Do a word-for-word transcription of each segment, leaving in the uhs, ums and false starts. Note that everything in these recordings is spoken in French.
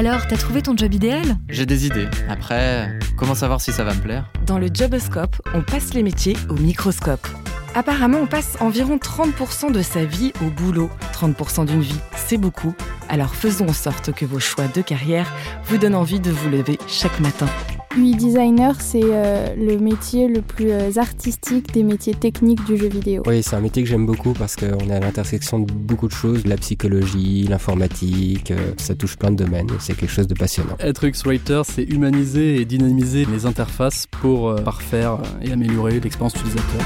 Alors, t'as trouvé ton job idéal ? J'ai des idées. Après, comment savoir si ça va me plaire ? Dans le Joboscope, on passe les métiers au microscope. Apparemment, on passe environ trente pour cent de sa vie au boulot. trente pour cent d'une vie, c'est beaucoup. Alors faisons en sorte que vos choix de carrière vous donnent envie de vous lever chaque matin. U I designer, c'est euh, le métier le plus euh, artistique des métiers techniques du jeu vidéo. Oui, c'est un métier que j'aime beaucoup parce qu'on est à l'intersection de beaucoup de choses, la psychologie, l'informatique, euh, ça touche plein de domaines, c'est quelque chose de passionnant. Être U X Writer, c'est humaniser et dynamiser les interfaces pour euh, parfaire et améliorer l'expérience utilisateur.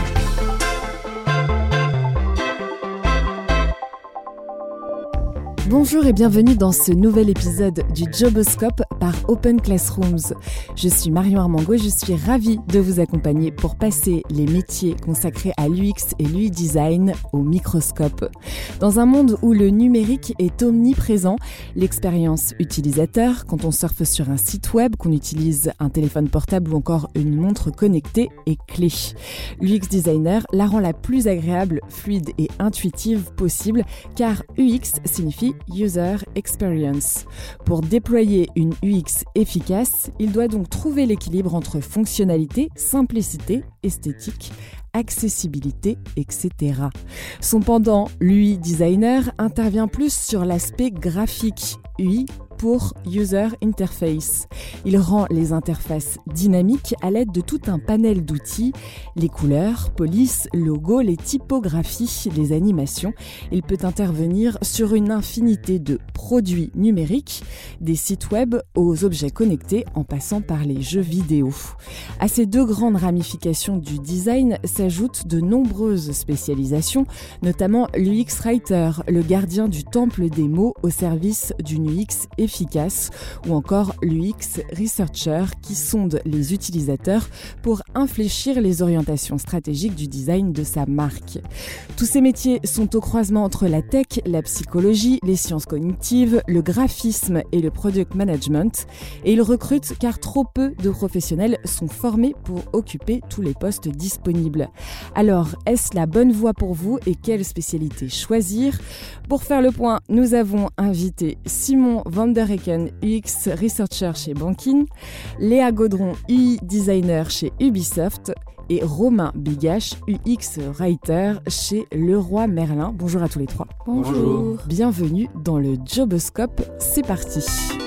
Bonjour et bienvenue dans ce nouvel épisode du Joboscope par Open Classrooms. Je suis Marion Armango et je suis ravie de vous accompagner pour passer les métiers consacrés à l'U X et l'U I design au microscope. Dans un monde où le numérique est omniprésent, l'expérience utilisateur, quand on surfe sur un site web, qu'on utilise un téléphone portable ou encore une montre connectée, est clé. L'U X designer la rend la plus agréable, fluide et intuitive possible, car U X signifie User Experience. Pour déployer une U X efficace, il doit donc trouver l'équilibre entre fonctionnalité, simplicité, esthétique, accessibilité, et cetera. Son pendant, l'U I designer, intervient plus sur l'aspect graphique, U I pour User Interface. Il rend les interfaces dynamiques à l'aide de tout un panel d'outils, les couleurs, polices, logos, les typographies, les animations. Il peut intervenir sur une infinité de produits numériques, des sites web aux objets connectés en passant par les jeux vidéo. À ces deux grandes ramifications du design s'ajoutent de nombreuses spécialisations, notamment l'U X Writer, le gardien du temple des mots au service d'une U X efficace, ou encore l'U X Researcher qui sonde les utilisateurs pour infléchir les orientations stratégiques du design de sa marque. Tous ces métiers sont au croisement entre la tech, la psychologie, les sciences cognitives, le graphisme et le product management, et ils recrutent car trop peu de professionnels sont formés pour occuper tous les postes disponibles. Alors, est-ce la bonne voie pour vous et quelle spécialité choisir ? Pour faire le point, nous avons invité Simon Van der Hecken, U X Researcher chez Bankin, Léa Gaudron, U I Designer chez Ubisoft et Romain Bigache, U X Writer chez Leroy Merlin. Bonjour à tous les trois. Bonjour. Bienvenue dans le Joboscope, c'est parti.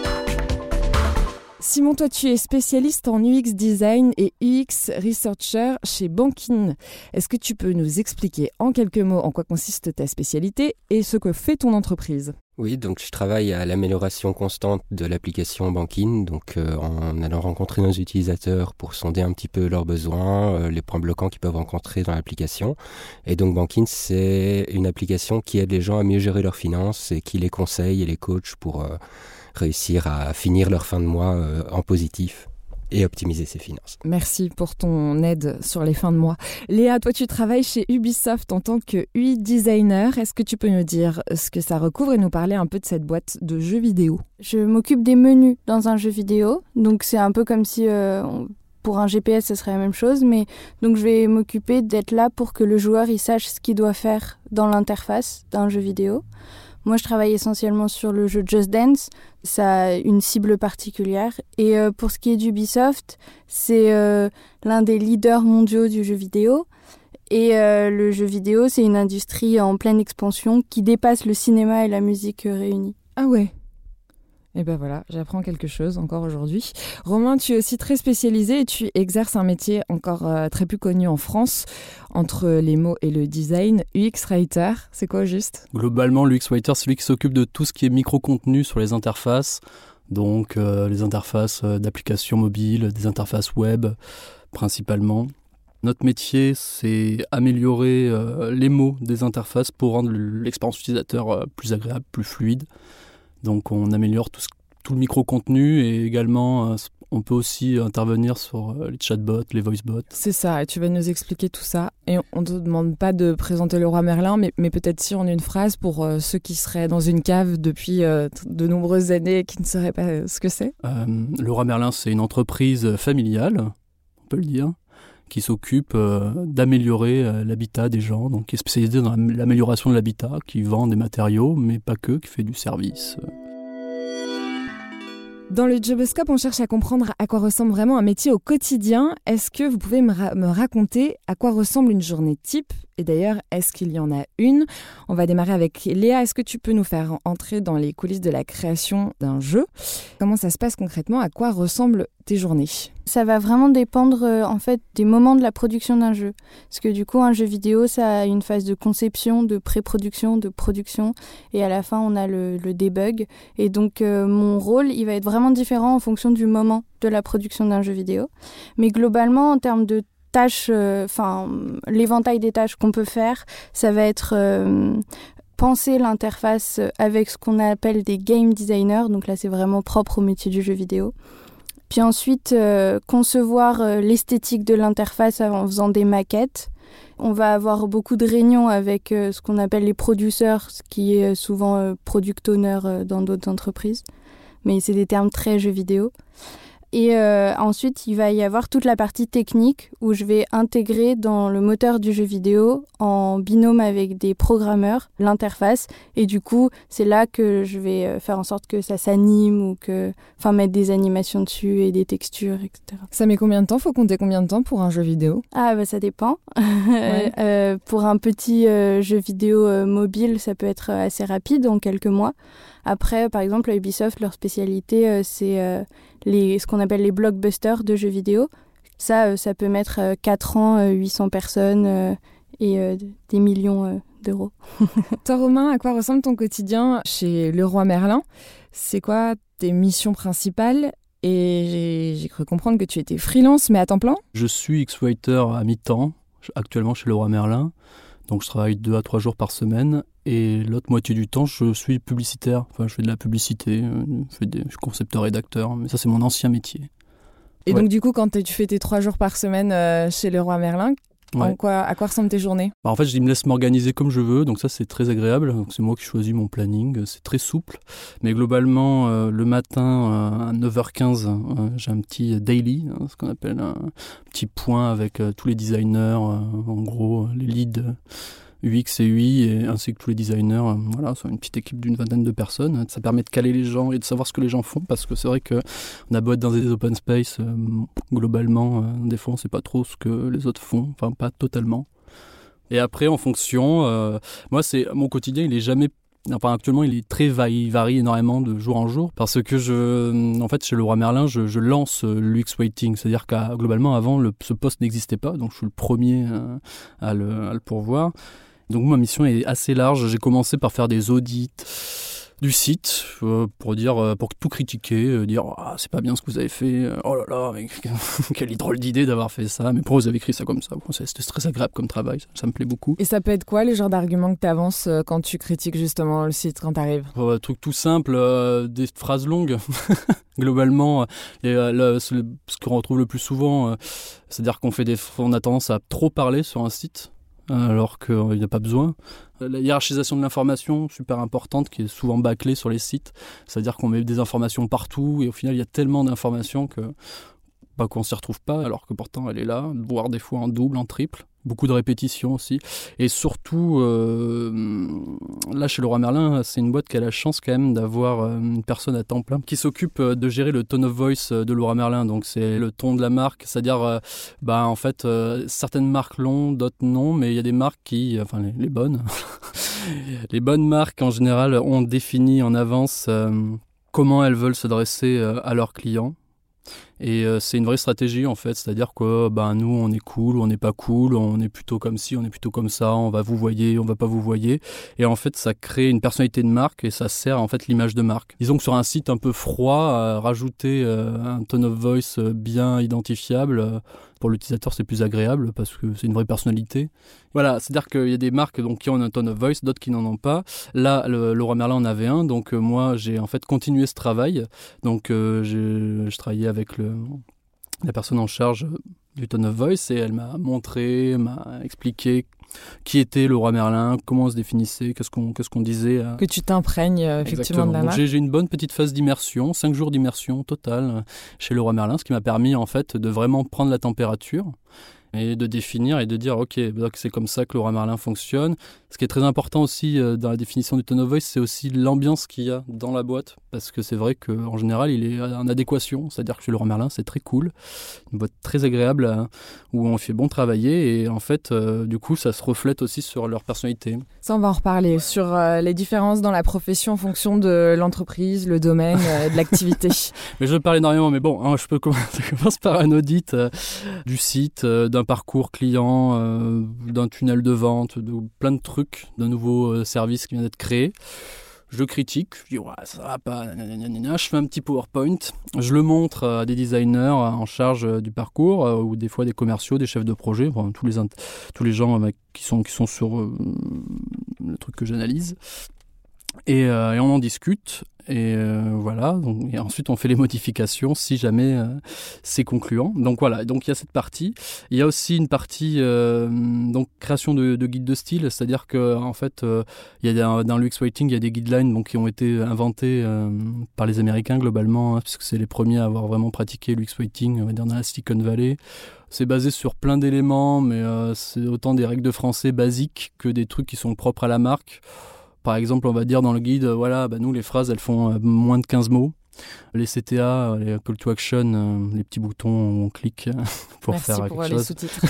Simon, toi tu es spécialiste en U X Design et U X Researcher chez Bankin. Est-ce que tu peux nous expliquer en quelques mots en quoi consiste ta spécialité et ce que fait ton entreprise ? Oui, donc je travaille à l'amélioration constante de l'application Bankin, donc euh, en allant rencontrer nos utilisateurs pour sonder un petit peu leurs besoins, euh, les points bloquants qu'ils peuvent rencontrer dans l'application. Et donc Bankin, c'est une application qui aide les gens à mieux gérer leurs finances et qui les conseille et les coach pour euh, réussir à finir leur fin de mois euh, en positif et optimiser ses finances. Merci pour ton aide sur les fins de mois. Léa, toi tu travailles chez Ubisoft en tant que U I designer. Est-ce que tu peux nous dire ce que ça recouvre et nous parler un peu de cette boîte de jeux vidéo ? Je m'occupe des menus dans un jeu vidéo, donc c'est un peu comme si euh, on... pour un G P S ce serait la même chose, mais donc je vais m'occuper d'être là pour que le joueur il sache ce qu'il doit faire dans l'interface d'un jeu vidéo. Moi, je travaille essentiellement sur le jeu Just Dance. Ça a une cible particulière. Et euh, pour ce qui est d'Ubisoft, c'est euh, l'un des leaders mondiaux du jeu vidéo. Et euh, le jeu vidéo, c'est une industrie en pleine expansion qui dépasse le cinéma et la musique euh, réunis. Ah ouais. Et ben voilà, j'apprends quelque chose encore aujourd'hui. Romain, tu es aussi très spécialisé et tu exerces un métier encore euh, très plus connu en France, entre les mots et le design. U X Writer, c'est quoi juste ? Globalement, l'U X Writer, c'est celui qui s'occupe de tout ce qui est micro-contenu sur les interfaces, donc euh, les interfaces d'applications mobiles, des interfaces web principalement. Notre métier, c'est améliorer euh, les mots des interfaces pour rendre l'expérience utilisateur euh, plus agréable, plus fluide. Donc on améliore tout, ce, tout le micro-contenu et également euh, on peut aussi intervenir sur euh, les chatbots, les voicebots. C'est ça, et tu vas nous expliquer tout ça. Et on ne te demande pas de présenter Leroy Merlin, mais, mais peut-être si en une phrase pour euh, ceux qui seraient dans une cave depuis euh, de nombreuses années et qui ne sauraient pas ce que c'est. Euh, Leroy Merlin, c'est une entreprise familiale, on peut le dire, qui s'occupe euh, d'améliorer euh, l'habitat des gens, donc qui est spécialisée dans l'amélioration de l'habitat, qui vend des matériaux, mais pas que, qui fait du service. Dans le Joboscope, on cherche à comprendre à quoi ressemble vraiment un métier au quotidien. Est-ce que vous pouvez me, ra- me raconter à quoi ressemble une journée type ? Et d'ailleurs, est-ce qu'il y en a une ? On va démarrer avec Léa. Est-ce que tu peux nous faire entrer dans les coulisses de la création d'un jeu ? Comment ça se passe concrètement ? À quoi ressemblent tes journées ? Ça va vraiment dépendre euh, en fait des moments de la production d'un jeu. Parce que du coup, un jeu vidéo, ça a une phase de conception, de pré-production, de production. Et à la fin, on a le, le debug. Et donc, euh, mon rôle, il va être vraiment différent en fonction du moment de la production d'un jeu vidéo. Mais globalement, en termes de tâches, enfin, euh, l'éventail des tâches qu'on peut faire, ça va être euh, penser l'interface avec ce qu'on appelle des game designers. Donc là, c'est vraiment propre au métier du jeu vidéo. Puis ensuite, euh, concevoir euh, l'esthétique de l'interface en faisant des maquettes. On va avoir beaucoup de réunions avec euh, ce qu'on appelle les producers, ce qui est souvent euh, product owner euh, dans d'autres entreprises. Mais c'est des termes très jeux vidéo. Et euh, ensuite, il va y avoir toute la partie technique où je vais intégrer dans le moteur du jeu vidéo en binôme avec des programmeurs l'interface. Et du coup, c'est là que je vais faire en sorte que ça s'anime ou que, enfin, mettre des animations dessus et des textures, et cetera. Ça met combien de temps ? Faut compter combien de temps pour un jeu vidéo ? Ah, bah ça dépend. Ouais. euh, pour un petit euh, jeu vidéo euh, mobile, ça peut être assez rapide, en quelques mois. Après, par exemple, à Ubisoft, leur spécialité, euh, c'est euh, les, ce qu'on appelle les blockbusters de jeux vidéo. Ça, euh, ça peut mettre euh, quatre ans, euh, huit cents personnes euh, et euh, des millions euh, d'euros. Toi, Romain, à quoi ressemble ton quotidien chez Leroy Merlin ? C'est quoi tes missions principales ? Et j'ai, j'ai cru comprendre que tu étais freelance, mais à temps plein ? Je suis X-Writer à mi-temps, actuellement chez Leroy Merlin. Donc je travaille deux à trois jours par semaine. Et l'autre moitié du temps, je suis publicitaire. Enfin, je fais de la publicité, je, fais des, je suis concepteur-rédacteur. Mais ça, c'est mon ancien métier. Et Ouais. Donc, du coup, quand tu fais tes trois jours par semaine euh, chez Leroy Merlin, Ouais. en quoi, à quoi ressemblent tes journées ? Bah, en fait, je me laisse m'organiser comme je veux, donc ça c'est très agréable. Donc, c'est moi qui choisis mon planning, c'est très souple. Mais globalement, euh, le matin euh, à neuf heures quinze, euh, j'ai un petit daily, hein, ce qu'on appelle un petit point avec euh, tous les designers, euh, en gros euh, les leads U X et U I, et, ainsi que tous les designers. Euh, voilà, c'est une petite équipe d'une vingtaine de personnes. Ça permet de caler les gens et de savoir ce que les gens font, parce que c'est vrai qu'on a beau être dans des open space, euh, globalement, euh, des fois on ne sait pas trop ce que les autres font, enfin pas totalement. Et après, en fonction, euh, moi, c'est mon quotidien, il est jamais. Enfin, actuellement, il est très va- il varie énormément de jour en jour, parce que je, en fait, chez Leroy Merlin, je, je lance l'U X Waiting, c'est-à-dire qu'à globalement, avant, le, ce poste n'existait pas, donc je suis le premier euh, à, le, à le pourvoir. Donc ma mission est assez large. J'ai commencé par faire des audits du site euh, pour dire, euh, pour tout critiquer, euh, dire ah, c'est pas bien ce que vous avez fait, oh là là, mais quelle drôle d'idée d'avoir fait ça, mais pourquoi vous avez écrit ça comme ça ? Bon, c'était très agréable comme travail, ça, ça me plaît beaucoup. Et ça peut être quoi, le genre d'argument que tu avances euh, quand tu critiques justement le site, quand tu arrives ? Euh, un truc tout simple, euh, des phrases longues. Globalement, et, euh, le, ce, ce qu'on retrouve le plus souvent, euh, c'est-à-dire qu'on fait des, on a tendance à trop parler sur un site, alors qu'il n'y a pas besoin. La hiérarchisation de l'information, super importante, qui est souvent bâclée sur les sites. C'est-à-dire qu'on met des informations partout, et au final, il y a tellement d'informations que, bah, qu'on ne s'y retrouve pas, alors que pourtant, elle est là, voire des fois en double, en triple. Beaucoup de répétitions aussi. Et surtout, euh, là, chez Leroy Merlin, c'est une boîte qui a la chance quand même d'avoir une personne à temps plein qui s'occupe de gérer le tone of voice de Leroy Merlin. Donc, c'est le ton de la marque. C'est-à-dire, euh, bah, en fait, euh, certaines marques l'ont, d'autres non. Mais il y a des marques qui, enfin, les, les bonnes, les bonnes marques, en général, ont défini en avance euh, comment elles veulent se dresser euh, à leurs clients. Et euh, c'est une vraie stratégie en fait, c'est-à-dire que bah, nous on est cool ou on n'est pas cool, on est plutôt comme ci, on est plutôt comme ça, on va vous voyer, on va pas vous voyer. Et en fait ça crée une personnalité de marque et ça sert en fait l'image de marque. Disons que sur un site un peu froid, euh, rajouter euh, un tone of voice bien identifiable, euh, pour l'utilisateur c'est plus agréable parce que c'est une vraie personnalité. Voilà, c'est-à-dire qu'il y a des marques donc, qui ont un tone of voice, d'autres qui n'en ont pas. Là, le Leroy Merlin en avait un, donc euh, moi j'ai en fait continué ce travail. Donc euh, je, je travaillais avec le la personne en charge du tone of voice et elle m'a montré, m'a expliqué qui était Leroy Merlin, comment on se définissait, qu'est-ce qu'on, qu'est-ce qu'on disait. Que tu t'imprègnes euh, effectivement Exactement. de la Donc marque. j'ai, j'ai une bonne petite phase d'immersion, cinq jours d'immersion totale chez Leroy Merlin, ce qui m'a permis en fait de vraiment prendre la température et de définir et de dire ok, donc c'est comme ça que Leroy Merlin fonctionne. Ce qui est très important aussi euh, dans la définition du tone of voice, c'est aussi l'ambiance qu'il y a dans la boîte, parce que c'est vrai qu'en général il est en adéquation, c'est-à-dire que chez Leroy Merlin c'est très cool, une boîte très agréable hein, où on fait bon travailler et en fait euh, du coup ça se reflète aussi sur leur personnalité. Ça on va en reparler sur euh, les différences dans la profession en fonction de l'entreprise, le domaine, euh, de l'activité. Mais je parle énormément, mais bon, hein, je peux commencer, je commence par un audit euh, du site, euh, d'un parcours client, euh, d'un tunnel de vente, de plein de trucs, d'un nouveau euh, service qui vient d'être créé. Je critique, je dis ouais, ça va pas, nanana, je fais un petit PowerPoint, je le montre à des designers en charge du parcours, euh, ou des fois des commerciaux, des chefs de projet, enfin, tous, les, tous les gens euh, qui, sont, qui sont sur euh, le truc que j'analyse. Et, euh, et on en discute. Et euh, voilà, donc, et ensuite on fait les modifications si jamais euh, c'est concluant. Donc voilà, donc il y a cette partie. Il y a aussi une partie euh, donc création de, de guides de style, c'est-à-dire que en fait euh, il y a dans, dans l'U X Writing il y a des guidelines donc, qui ont été inventés euh, par les Américains globalement, hein, puisque c'est les premiers à avoir vraiment pratiqué l'U X Writing, on va dire dans la Silicon Valley. C'est basé sur plein d'éléments, mais euh, c'est autant des règles de français basiques que des trucs qui sont propres à la marque. Par exemple, on va dire dans le guide, euh, voilà, bah nous, les phrases, elles font euh, moins de quinze mots. Les C T A, les call to action, euh, les petits boutons où on clique pour Merci faire pour quelque les chose. sous-titres.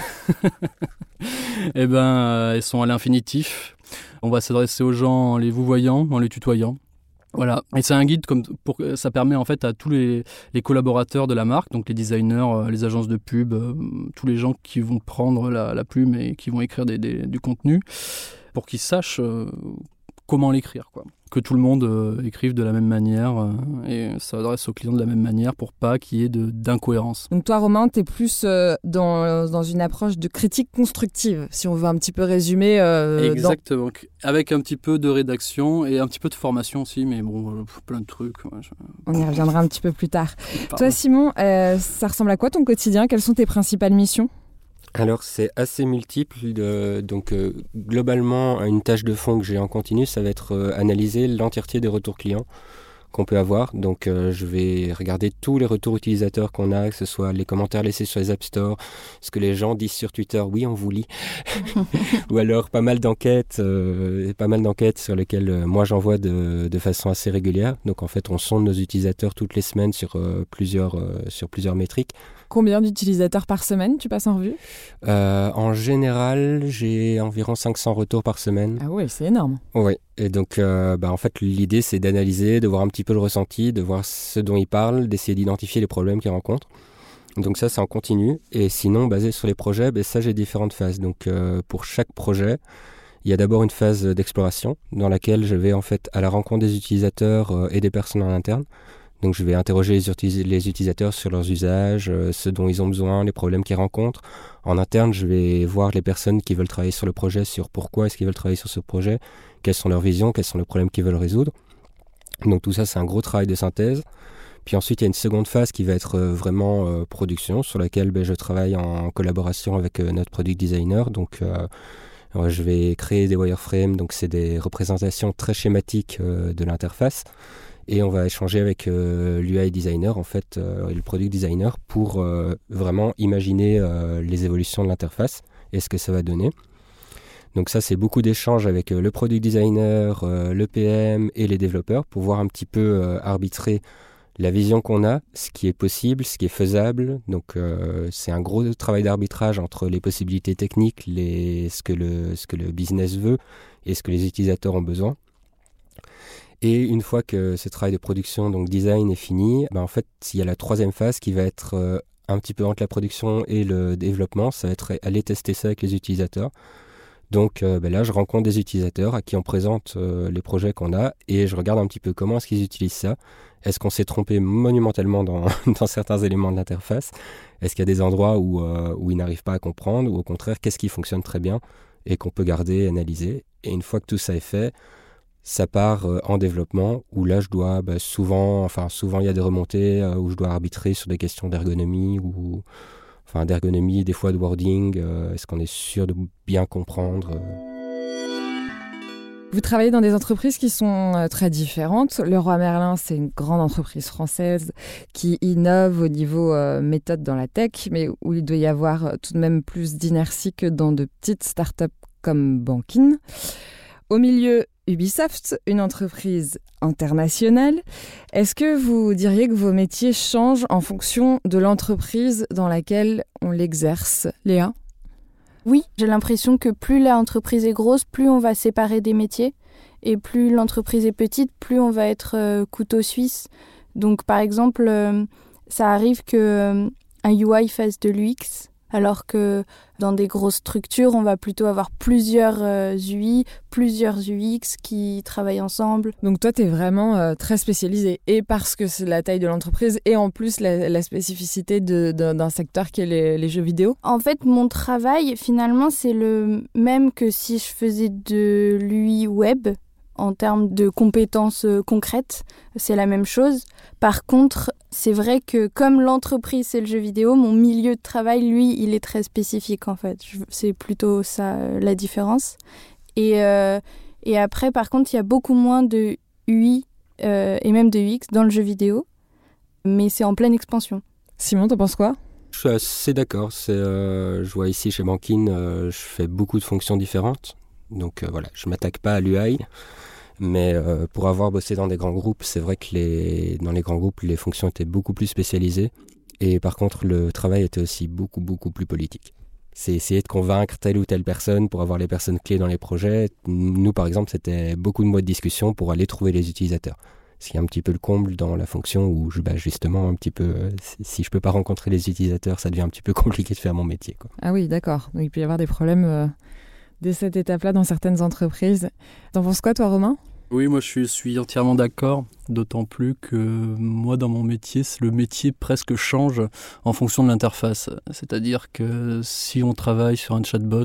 Eh ben, euh, elles sont à l'infinitif. On va s'adresser aux gens en les vouvoyant, en les tutoyant. Voilà, et c'est un guide comme pour ça permet en fait à tous les, les collaborateurs de la marque, donc les designers, les agences de pub, euh, tous les gens qui vont prendre la, la plume et qui vont écrire des, des, du contenu, pour qu'ils sachent euh, comment l'écrire, quoi. Que tout le monde euh, écrive de la même manière euh, et s'adresse aux clients de la même manière pour pas qu'il y ait de, d'incohérence. Donc toi, Romain, tu es plus euh, dans, dans une approche de critique constructive, si on veut un petit peu résumer. Euh, Exactement, dans... avec un petit peu de rédaction et un petit peu de formation aussi, mais bon, euh, plein de trucs. Ouais, je... On y reviendra un petit peu plus tard. Pardon. Toi, Simon, euh, ça ressemble à quoi ton quotidien ? Quelles sont tes principales missions ? Alors c'est assez multiple, de, donc euh, globalement une tâche de fond que j'ai en continu, ça va être euh, analyser l'entièreté des retours clients qu'on peut avoir. Donc euh, je vais regarder tous les retours utilisateurs qu'on a, que ce soit les commentaires laissés sur les App Store, ce que les gens disent sur Twitter, oui on vous lit, ou alors pas mal d'enquêtes, euh, pas mal d'enquêtes sur lesquelles euh, moi j'envoie de, de façon assez régulière. Donc en fait on sonde nos utilisateurs toutes les semaines sur, euh, plusieurs, euh, sur plusieurs métriques. Combien d'utilisateurs par semaine tu passes en revue ? euh, En général, j'ai environ cinq cents retours par semaine. Ah oui, c'est énorme. Oui, et donc euh, bah, en fait l'idée c'est d'analyser, de voir un petit peu le ressenti, de voir ce dont ils parlent, d'essayer d'identifier les problèmes qu'ils rencontrent. Donc ça c'est en continu. Et sinon, basé sur les projets, bah, ça j'ai différentes phases. Donc euh, pour chaque projet, il y a d'abord une phase d'exploration dans laquelle je vais en fait à la rencontre des utilisateurs euh, et des personnes en interne. Donc je vais interroger les, utis- les utilisateurs sur leurs usages, euh, ce dont ils ont besoin, les problèmes qu'ils rencontrent. En interne, je vais voir les personnes qui veulent travailler sur le projet, sur pourquoi est-ce qu'ils veulent travailler sur ce projet, quelles sont leurs visions, quels sont les problèmes qu'ils veulent résoudre. Donc tout ça, c'est un gros travail de synthèse. Puis ensuite, il y a une seconde phase qui va être euh, vraiment euh, production, sur laquelle ben, je travaille en collaboration avec euh, notre product designer. Donc euh, je vais créer des wireframes, donc c'est des représentations très schématiques euh, de l'interface. Et on va échanger avec euh, l'U I designer, en fait, euh, le product designer, pour euh, vraiment imaginer euh, les évolutions de l'interface et ce que ça va donner. Donc ça, c'est beaucoup d'échanges avec euh, le product designer, euh, le P M et les développeurs pour voir un petit peu euh, arbitrer la vision qu'on a, ce qui est possible, ce qui est faisable. Donc euh, c'est un gros travail d'arbitrage entre les possibilités techniques, les, ce, que le, ce que le business veut et ce que les utilisateurs ont besoin. Et une fois que ce travail de production, donc design, est fini, ben en fait, il y a la troisième phase qui va être euh, un petit peu entre la production et le développement. Ça va être aller tester ça avec les utilisateurs. Donc euh, ben là, je rencontre des utilisateurs à qui on présente euh, les projets qu'on a et je regarde un petit peu comment est-ce qu'ils utilisent ça. Est-ce qu'on s'est trompé monumentalement dans, dans certains éléments de l'interface ? Est-ce qu'il y a des endroits où, euh, où ils n'arrivent pas à comprendre ? Ou au contraire, qu'est-ce qui fonctionne très bien et qu'on peut garder et analyser ? Et une fois que tout ça est fait, ça part euh, en développement, où là, je dois bah, souvent, enfin souvent il y a des remontées euh, où je dois arbitrer sur des questions d'ergonomie, ou enfin d'ergonomie, des fois de wording, euh, est-ce qu'on est sûr de bien comprendre euh... Vous travaillez dans des entreprises qui sont euh, très différentes. Leroy Merlin, c'est une grande entreprise française qui innove au niveau euh, méthode dans la tech, mais où il doit y avoir euh, tout de même plus d'inertie que dans de petites startups comme Bankin. Au milieu, Ubisoft, une entreprise internationale. Est-ce que vous diriez que vos métiers changent en fonction de l'entreprise dans laquelle on l'exerce, Léa ? Oui, j'ai l'impression que plus l'entreprise est grosse, plus on va séparer des métiers. Et plus l'entreprise est petite, plus on va être euh, couteau suisse. Donc par exemple, euh, ça arrive qu'un euh, U I fasse de l'U X, alors que dans des grosses structures, on va plutôt avoir plusieurs euh, U I, plusieurs U X qui travaillent ensemble. Donc toi, tu es vraiment euh, très spécialisée, et parce que c'est la taille de l'entreprise, et en plus la, la spécificité de, de, d'un secteur qui est les, les jeux vidéo. En fait, mon travail, finalement, c'est le même que si je faisais de l'U I web. En termes de compétences euh, concrètes, c'est la même chose. Par contre, c'est vrai que comme l'entreprise, c'est le jeu vidéo, mon milieu de travail, lui, il est très spécifique en fait. Je, c'est plutôt ça euh, la différence. Et, euh, et après, par contre, il y a beaucoup moins de U I euh, et même de U X dans le jeu vidéo, mais c'est en pleine expansion. Simon, t'en penses quoi ? Je suis assez d'accord. C'est, euh, je vois ici chez Bankin, euh, je fais beaucoup de fonctions différentes. Donc euh, voilà, je ne m'attaque pas à l'U I. Mais euh, pour avoir bossé dans des grands groupes, c'est vrai que les, dans les grands groupes, les fonctions étaient beaucoup plus spécialisées. Et par contre, le travail était aussi beaucoup, beaucoup plus politique. C'est essayer de convaincre telle ou telle personne pour avoir les personnes clés dans les projets. Nous, par exemple, c'était beaucoup de mois de discussion pour aller trouver les utilisateurs. Ce qui est un petit peu le comble dans la fonction où, je, bah, justement, un petit peu, euh, si je ne peux pas rencontrer les utilisateurs, ça devient un petit peu compliqué de faire mon métier, quoi. Ah oui, d'accord. Donc, il peut y avoir des problèmes... Euh... dès cette étape-là dans certaines entreprises. T'en penses quoi, toi, Romain ? Oui, moi, je suis, suis entièrement d'accord, d'autant plus que moi, dans mon métier, le métier presque change en fonction de l'interface. C'est-à-dire que si on travaille sur un chatbot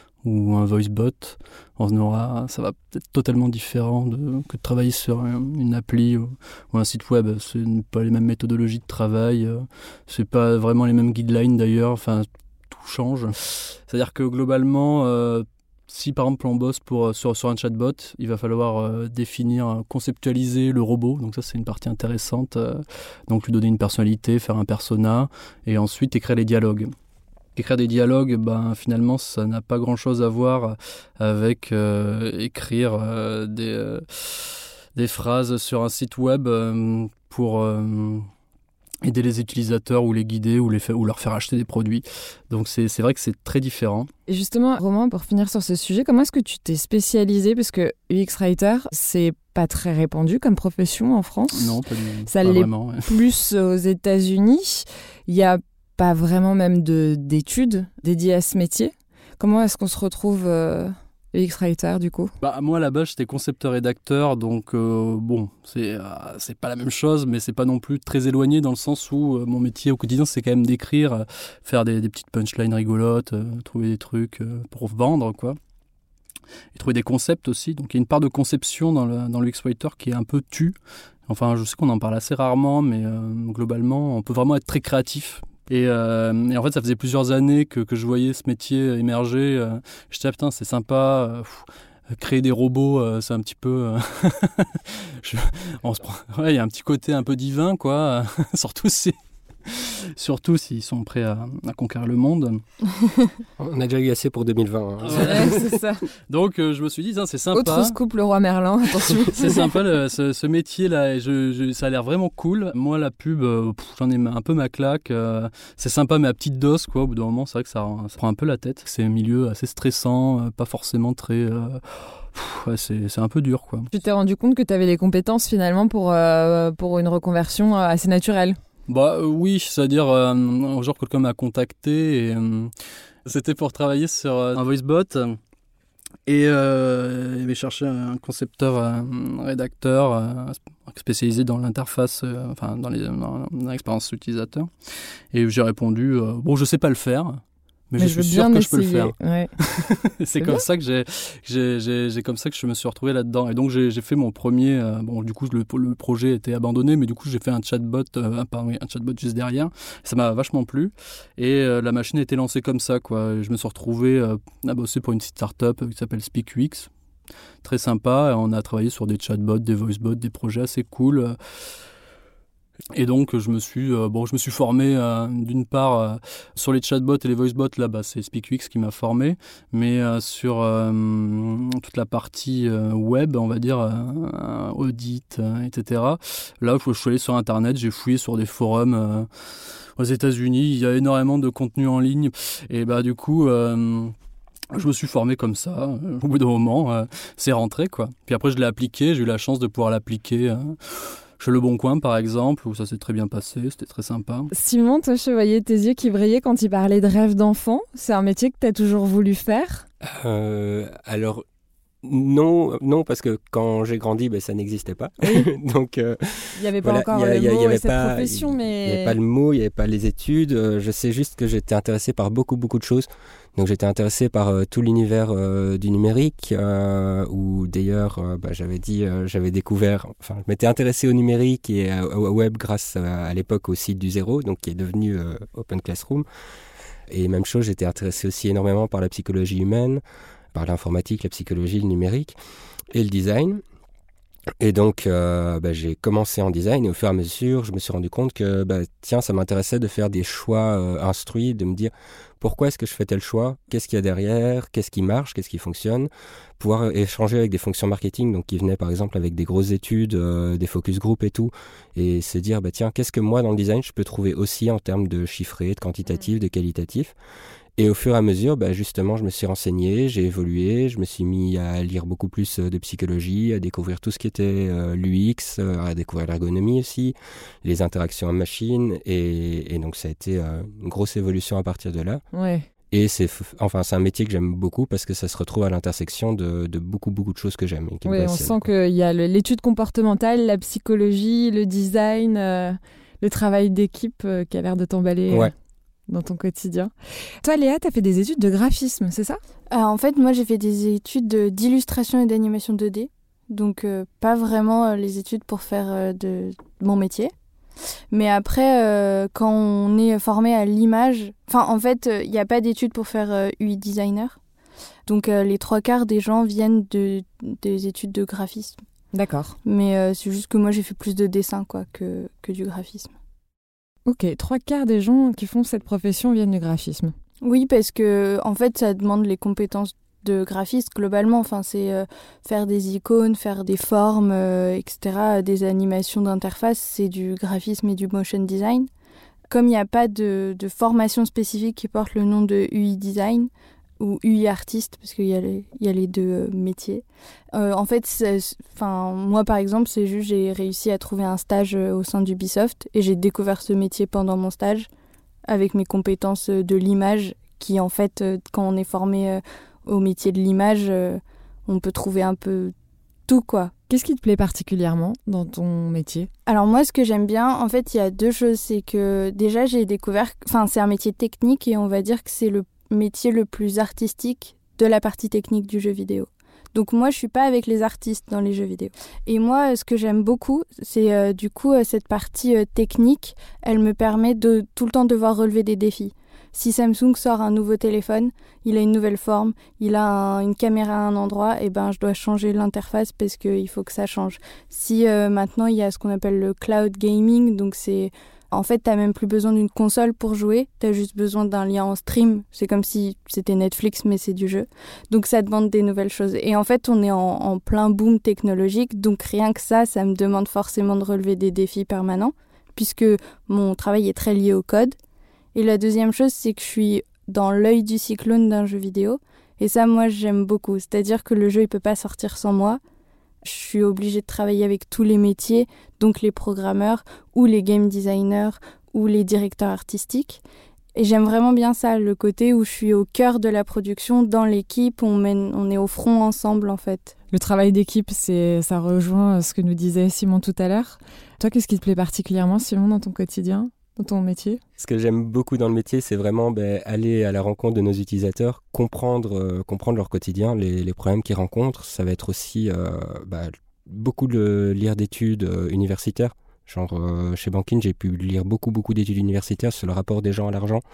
ou un voicebot, on aura, ça va être totalement différent de, que de travailler sur une appli ou, ou un site web. Ce n'est pas les mêmes méthodologies de travail, ce n'est pas vraiment les mêmes guidelines d'ailleurs, enfin, tout change. C'est-à-dire que globalement... Euh, Si par exemple on bosse pour, sur, sur un chatbot, il va falloir euh, définir, conceptualiser le robot. Donc ça c'est une partie intéressante. Euh, donc lui donner une personnalité, faire un persona et ensuite écrire les dialogues. Écrire des dialogues, ben, finalement ça n'a pas grand-chose à voir avec euh, écrire euh, des, euh, des phrases sur un site web euh, pour... Euh, aider les utilisateurs ou les guider ou, les fa- ou leur faire acheter des produits. Donc c'est, c'est vrai que c'est très différent. Et justement, Romain, pour finir sur ce sujet, comment est-ce que tu t'es spécialisé ? Parce que U X Writer, c'est pas très répandu comme profession en France. Non, pas, du, Ça pas l'est vraiment. Ouais. Plus aux États-Unis. Il n'y a pas vraiment même de, d'études dédiées à ce métier. Comment est-ce qu'on se retrouve... Euh... U X Writer, du coup ? Bah, moi, à la base, j'étais concepteur-rédacteur, donc euh, bon, c'est, euh, c'est pas la même chose, mais c'est pas non plus très éloigné dans le sens où euh, mon métier au quotidien, c'est quand même d'écrire, euh, faire des, des petites punchlines rigolotes, euh, trouver des trucs euh, pour vendre, quoi. Et trouver des concepts aussi. Donc, il y a une part de conception dans le, dans l'U X Writer qui est un peu tue. Enfin, je sais qu'on en parle assez rarement, mais euh, globalement, on peut vraiment être très créatif. Et, euh, et en fait, ça faisait plusieurs années que, que je voyais ce métier émerger. Euh, je disais, ah, putain, c'est sympa. Euh, pff, créer des robots, euh, c'est un petit peu... Euh je, on se prend... Ouais, il y a un petit côté un peu divin, quoi. Surtout si... Surtout s'ils sont prêts à, à conquérir le monde. On a déjà eu assez pour deux mille vingt. Hein. Ouais, c'est ça. Donc euh, je me suis dit, c'est sympa. Autre scoop, Leroy Merlin, attention. C'est sympa le, ce, ce métier-là, et je, je, ça a l'air vraiment cool. Moi, la pub, euh, pff, j'en ai un peu ma claque. Euh, c'est sympa, mais à petite dose, quoi. Au bout d'un moment, c'est vrai que ça, ça prend un peu la tête. C'est un milieu assez stressant, euh, pas forcément très... Euh, pff, ouais, c'est, c'est un peu dur, quoi. Tu t'es rendu compte que tu avais les compétences, finalement, pour, euh, pour une reconversion assez naturelle ? Bah euh, oui, c'est-à-dire euh, un jour quelqu'un m'a contacté et euh, c'était pour travailler sur euh, un voicebot et euh, il avait cherché un concepteur, un rédacteur euh, spécialisé dans l'interface, euh, enfin dans, les, dans, dans l'expérience utilisateur. Et j'ai répondu euh, bon, je sais pas le faire. Mais, mais je, je suis sûr que je peux le faire. Ouais. c'est c'est comme bien. ça que j'ai, j'ai, j'ai, j'ai comme ça que je me suis retrouvé là-dedans. Et donc j'ai, j'ai fait mon premier. Euh, bon, du coup le, le projet était abandonné, mais du coup j'ai fait un chatbot, euh, pardon, un chatbot juste derrière. Ça m'a vachement plu. Et euh, la machine a été lancée comme ça, quoi. Et je me suis retrouvé euh, à bosser pour une petite start-up qui s'appelle SpeakUX. très sympa. On a travaillé sur des chatbots, des voicebots, des projets assez cool. Et donc, je me suis, euh, bon, je me suis formé euh, d'une part euh, sur les chatbots et les voicebots. Là, bah, c'est SpeakUX qui m'a formé, mais euh, sur euh, toute la partie euh, web, on va dire euh, audit, euh, et cetera. Là, je suis allé sur Internet, j'ai fouillé sur des forums euh, aux États-Unis. Il y a énormément de contenu en ligne, et bah du coup. Euh, Je me suis formé comme ça. Au bout d'un moment, euh, c'est rentré, quoi. Puis après, je l'ai appliqué. J'ai eu la chance de pouvoir l'appliquer euh, chez Le Bon Coin, par exemple, où ça s'est très bien passé. C'était très sympa. Simon, toi, je voyais tes yeux qui brillaient quand tu parlais de rêve d'enfant. C'est un métier que tu as toujours voulu faire ? euh, Alors, non, non, parce que quand j'ai grandi, ben, ça n'existait pas. Oui. Donc, euh, il n'y avait pas voilà, encore y a, le y a, mot y avait et cette pas, profession, mais... Il n'y avait pas le mot, il n'y avait pas les études. Euh, je sais juste que j'étais intéressé par beaucoup, beaucoup de choses. Donc j'étais intéressé par euh, tout l'univers euh, du numérique, euh, où d'ailleurs, euh, bah, j'avais dit, euh, j'avais découvert, enfin, je m'étais intéressé au numérique et euh, au web grâce à, à l'époque au site du Zéro, donc qui est devenu euh, Open Classroom. Et même chose, j'étais intéressé aussi énormément par la psychologie humaine, par l'informatique, la psychologie, le numérique et le design. Et donc, euh, bah, j'ai commencé en design et au fur et à mesure, je me suis rendu compte que, bah, tiens, ça m'intéressait de faire des choix euh, instruits, de me dire pourquoi est-ce que je fais tel choix, qu'est-ce qu'il y a derrière, qu'est-ce qui marche, qu'est-ce qui fonctionne, pouvoir échanger avec des fonctions marketing, donc qui venaient par exemple avec des grosses études, euh, des focus group et tout, et se dire, bah, tiens, qu'est-ce que moi dans le design je peux trouver aussi en termes de chiffré, de quantitatif, de qualitatif. Et au fur et à mesure, bah justement, je me suis renseigné, j'ai évolué, je me suis mis à lire beaucoup plus de psychologie, à découvrir tout ce qui était euh, l'U X, euh, à découvrir l'ergonomie aussi, les interactions en machine, et, et donc ça a été euh, une grosse évolution à partir de là. Ouais. Et c'est, enfin, c'est un métier que j'aime beaucoup parce que ça se retrouve à l'intersection de, de beaucoup, beaucoup de choses que j'aime. Et qui Oui, me on passionnent, sent qu'il y a le, l'étude comportementale, la psychologie, le design, euh, le travail d'équipe euh, qui a l'air de t'emballer. Ouais. Euh... dans ton quotidien. Toi, Léa, tu as fait des études de graphisme, c'est ça ? euh, En fait, moi, j'ai fait des études d'illustration et d'animation deux D. Donc, euh, pas vraiment euh, les études pour faire euh, de mon métier. Mais après, euh, quand on est formé à l'image... Enfin, en fait, il euh, n'y a pas d'études pour faire euh, U I designer. Donc, euh, les trois quarts des gens viennent de, des études de graphisme. D'accord. Mais euh, c'est juste que moi, j'ai fait plus de dessin quoi, que, que du graphisme. Ok, trois quarts des gens qui font cette profession viennent du graphisme. Oui, parce que en fait, ça demande les compétences de graphiste globalement. Enfin, c'est euh, faire des icônes, faire des formes, euh, et cetera. Des animations d'interface, c'est du graphisme et du motion design. Comme il n'y a pas de, de formation spécifique qui porte le nom de U I design ou U I artiste, parce qu'il y a les, il y a les deux euh, métiers. Euh, en fait, enfin, moi par exemple, c'est juste j'ai réussi à trouver un stage euh, au sein d'Ubisoft et j'ai découvert ce métier pendant mon stage avec mes compétences euh, de l'image qui en fait, euh, quand on est formé euh, au métier de l'image, euh, on peut trouver un peu tout quoi. Qu'est-ce qui te plaît particulièrement dans ton métier ? Alors moi, ce que j'aime bien, en fait, il y a deux choses. C'est que déjà, j'ai découvert... Enfin, c'est un métier technique et on va dire que c'est le métier le plus artistique de la partie technique du jeu vidéo. Donc moi, je suis pas avec les artistes dans les jeux vidéo. Et moi, ce que j'aime beaucoup, c'est euh, du coup, euh, cette partie euh, technique, elle me permet de tout le temps devoir relever des défis. Si Samsung sort un nouveau téléphone, il a une nouvelle forme, il a un, une caméra à un endroit, et ben je dois changer l'interface parce qu'il faut que ça change. Si euh, maintenant il y a ce qu'on appelle le cloud gaming, donc c'est en fait t'as même plus besoin d'une console pour jouer, t'as juste besoin d'un lien en stream. C'est comme si c'était Netflix mais c'est du jeu. Donc ça demande des nouvelles choses. Et en fait on est en, en plein boom technologique, donc rien que ça, ça me demande forcément de relever des défis permanents, puisque mon travail est très lié au code. Et la deuxième chose, c'est que je suis dans l'œil du cyclone d'un jeu vidéo. Et ça, moi, j'aime beaucoup. C'est-à-dire que le jeu, il ne peut pas sortir sans moi. Je suis obligée de travailler avec tous les métiers, donc les programmeurs, ou les game designers, ou les directeurs artistiques. Et j'aime vraiment bien ça, le côté où je suis au cœur de la production, dans l'équipe, on, mène, on est au front ensemble, en fait. Le travail d'équipe, c'est, ça rejoint ce que nous disait Simon tout à l'heure. Toi, qu'est-ce qui te plaît particulièrement, Simon, dans ton quotidien ? Dans ton métier ? Ce que j'aime beaucoup dans le métier, c'est vraiment ben, aller à la rencontre de nos utilisateurs, comprendre, euh, comprendre leur quotidien, les, les problèmes qu'ils rencontrent. Ça va être aussi euh, ben, beaucoup de lire d'études euh, universitaires. Genre euh, chez Bankin, j'ai pu lire beaucoup, beaucoup d'études universitaires sur le rapport des gens à l'argent,